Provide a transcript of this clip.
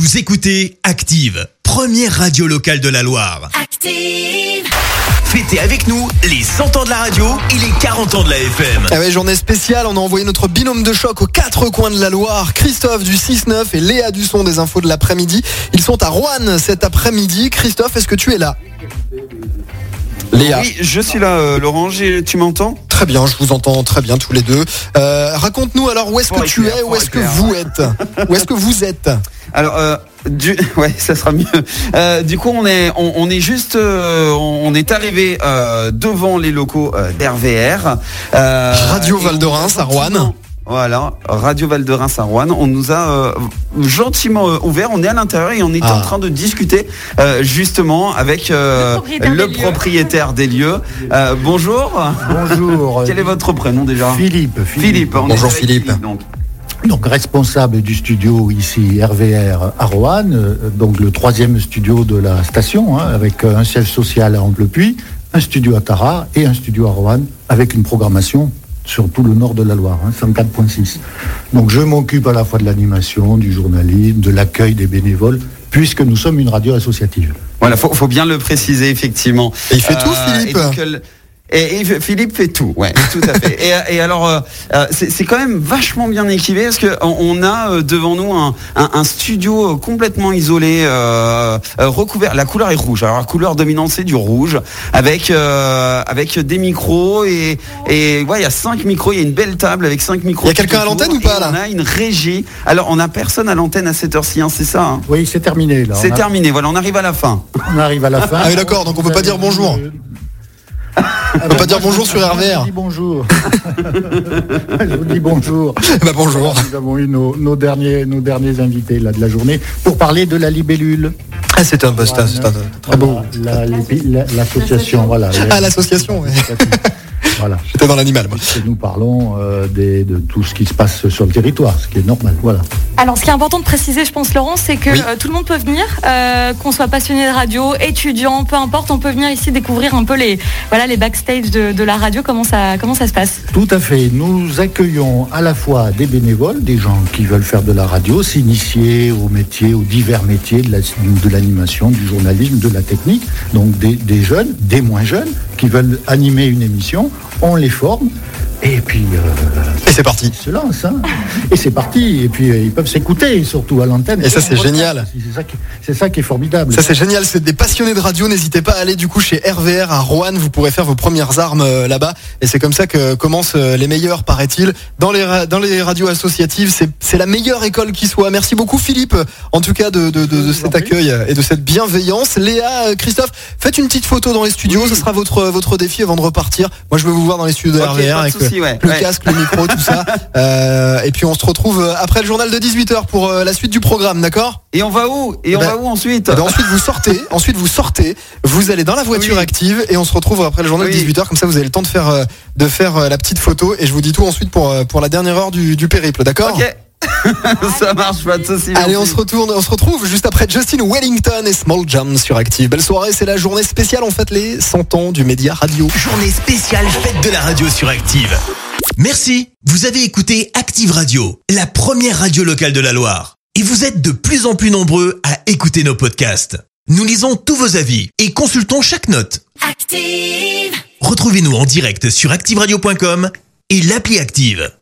Vous écoutez Active, première radio locale de la Loire. Active! Fêtez avec nous les 100 ans de la radio et les 40 ans de la FM. Ah ouais, journée spéciale, on a envoyé notre binôme de choc aux 4 coins de la Loire, Christophe du 6-9 et Léa Dusson des infos de l'après-midi. Ils sont à Roanne cet après-midi. Christophe, est-ce que tu es là? Léa. Oui, je suis là, Laurent, tu m'entends? Très bien, je vous entends très bien tous les deux. Raconte-nous alors où est-ce que tu es, où est-ce que vous êtes? Où est-ce que vous êtes? Alors, ouais, ça sera mieux. Du coup, on est juste, on est arrivé devant les locaux d'RVR. Radio Val de Reims à Roanne. Voilà, Radio Val de Reims à Roanne. On nous a gentiment ouvert. On est à l'intérieur et on est en train de discuter justement avec le propriétaire des lieux. Bonjour. Bonjour. Quel est votre prénom déjà? Philippe. Bonjour Philippe. Donc responsable du studio ici RVR à Roanne, donc le 3e studio de la station, avec un siège social à Amble-Puy, un studio à Tara et un studio à Roanne avec une programmation sur tout le nord de la Loire, 104.6. Donc je m'occupe à la fois de l'animation, du journalisme, de l'accueil des bénévoles, puisque nous sommes une radio associative. Voilà, faut bien le préciser effectivement. Et il fait tout, Philippe. Et Philippe fait tout, ouais, tout à fait. Et alors, c'est quand même vachement bien équipé parce que on a devant nous un studio complètement isolé, recouvert. La couleur est rouge. Alors la couleur dominante c'est du rouge, avec des micros et ouais, il y a 5 micros. Il y a une belle table avec 5 micros. Il y a quelqu'un à l'antenne ou pas là? On a une régie. Alors on a personne à l'antenne à cette heure-ci, c'est ça? Oui, c'est terminé là. C'est terminé. Voilà, on arrive à la fin. On arrive à la fin. Ah oui, d'accord. Donc on peut pas dire bonjour. On peut pas dire bonjour sur RVR. Je dis bonjour. Je vous dis bonjour. Bah bonjour. Nous avons eu nos derniers invités là de la journée pour parler de la libellule. Ah, c'est un très beau. L'association, voilà. Ah, l'association, oui. Voilà. J'étais dans l'animal, moi. Et nous parlons de tout ce qui se passe sur le territoire, ce qui est normal. Voilà. Alors, ce qui est important de préciser, je pense, Laurent, c'est que tout le monde peut venir, qu'on soit passionné de radio, étudiant, peu importe, on peut venir ici découvrir un peu les backstage de la radio, comment ça se passe. Tout à fait. Nous accueillons à la fois des bénévoles, des gens qui veulent faire de la radio, s'initier aux métiers, aux divers métiers de l'animation, du journalisme, de la technique. Donc des jeunes, des moins jeunes, qui veulent animer une émission. On les forme et puis et c'est parti. Ils se lancent, et c'est parti. Et puis ils peuvent s'écouter surtout à l'antenne. Et ça c'est génial. C'est ça qui est formidable. Ça c'est génial. C'est des passionnés de radio. N'hésitez pas à aller du coup chez RVR à Roanne. Vous pourrez faire vos premières armes là-bas. Et c'est comme ça que commencent les meilleurs, paraît-il, dans les radios associatives. C'est la meilleure école qui soit. Merci beaucoup Philippe. En tout cas de cet accueil et de cette bienveillance. Léa, Christophe, faites une petite photo dans les studios. Oui. Ce sera votre défi avant de repartir. Moi je veux vous voir dans les studios de RVR avec le casque, le micro, tout ça. Et puis on se retrouve après le journal de 18h pour la suite du programme, d'accord? Et on va où? On va où ensuite? Ensuite vous sortez, vous allez dans la voiture Active et on se retrouve après le journal de 18h, comme ça vous avez le temps de faire la petite photo et je vous dis tout ensuite pour la dernière heure du périple, d'accord? Ok. Ça marche, pas de soucis. Allez, on se retrouve juste après Justin Wellington et Small Jam sur Active. Belle soirée, c'est la journée spéciale, on fête les 100 ans du média radio. Journée spéciale fête de la radio sur Active. Merci, vous avez écouté Active Radio, la première radio locale de la Loire. Et vous êtes de plus en plus nombreux à écouter nos podcasts. Nous lisons tous vos avis et consultons chaque note. Active! Retrouvez-nous en direct sur activeradio.com et l'appli Active.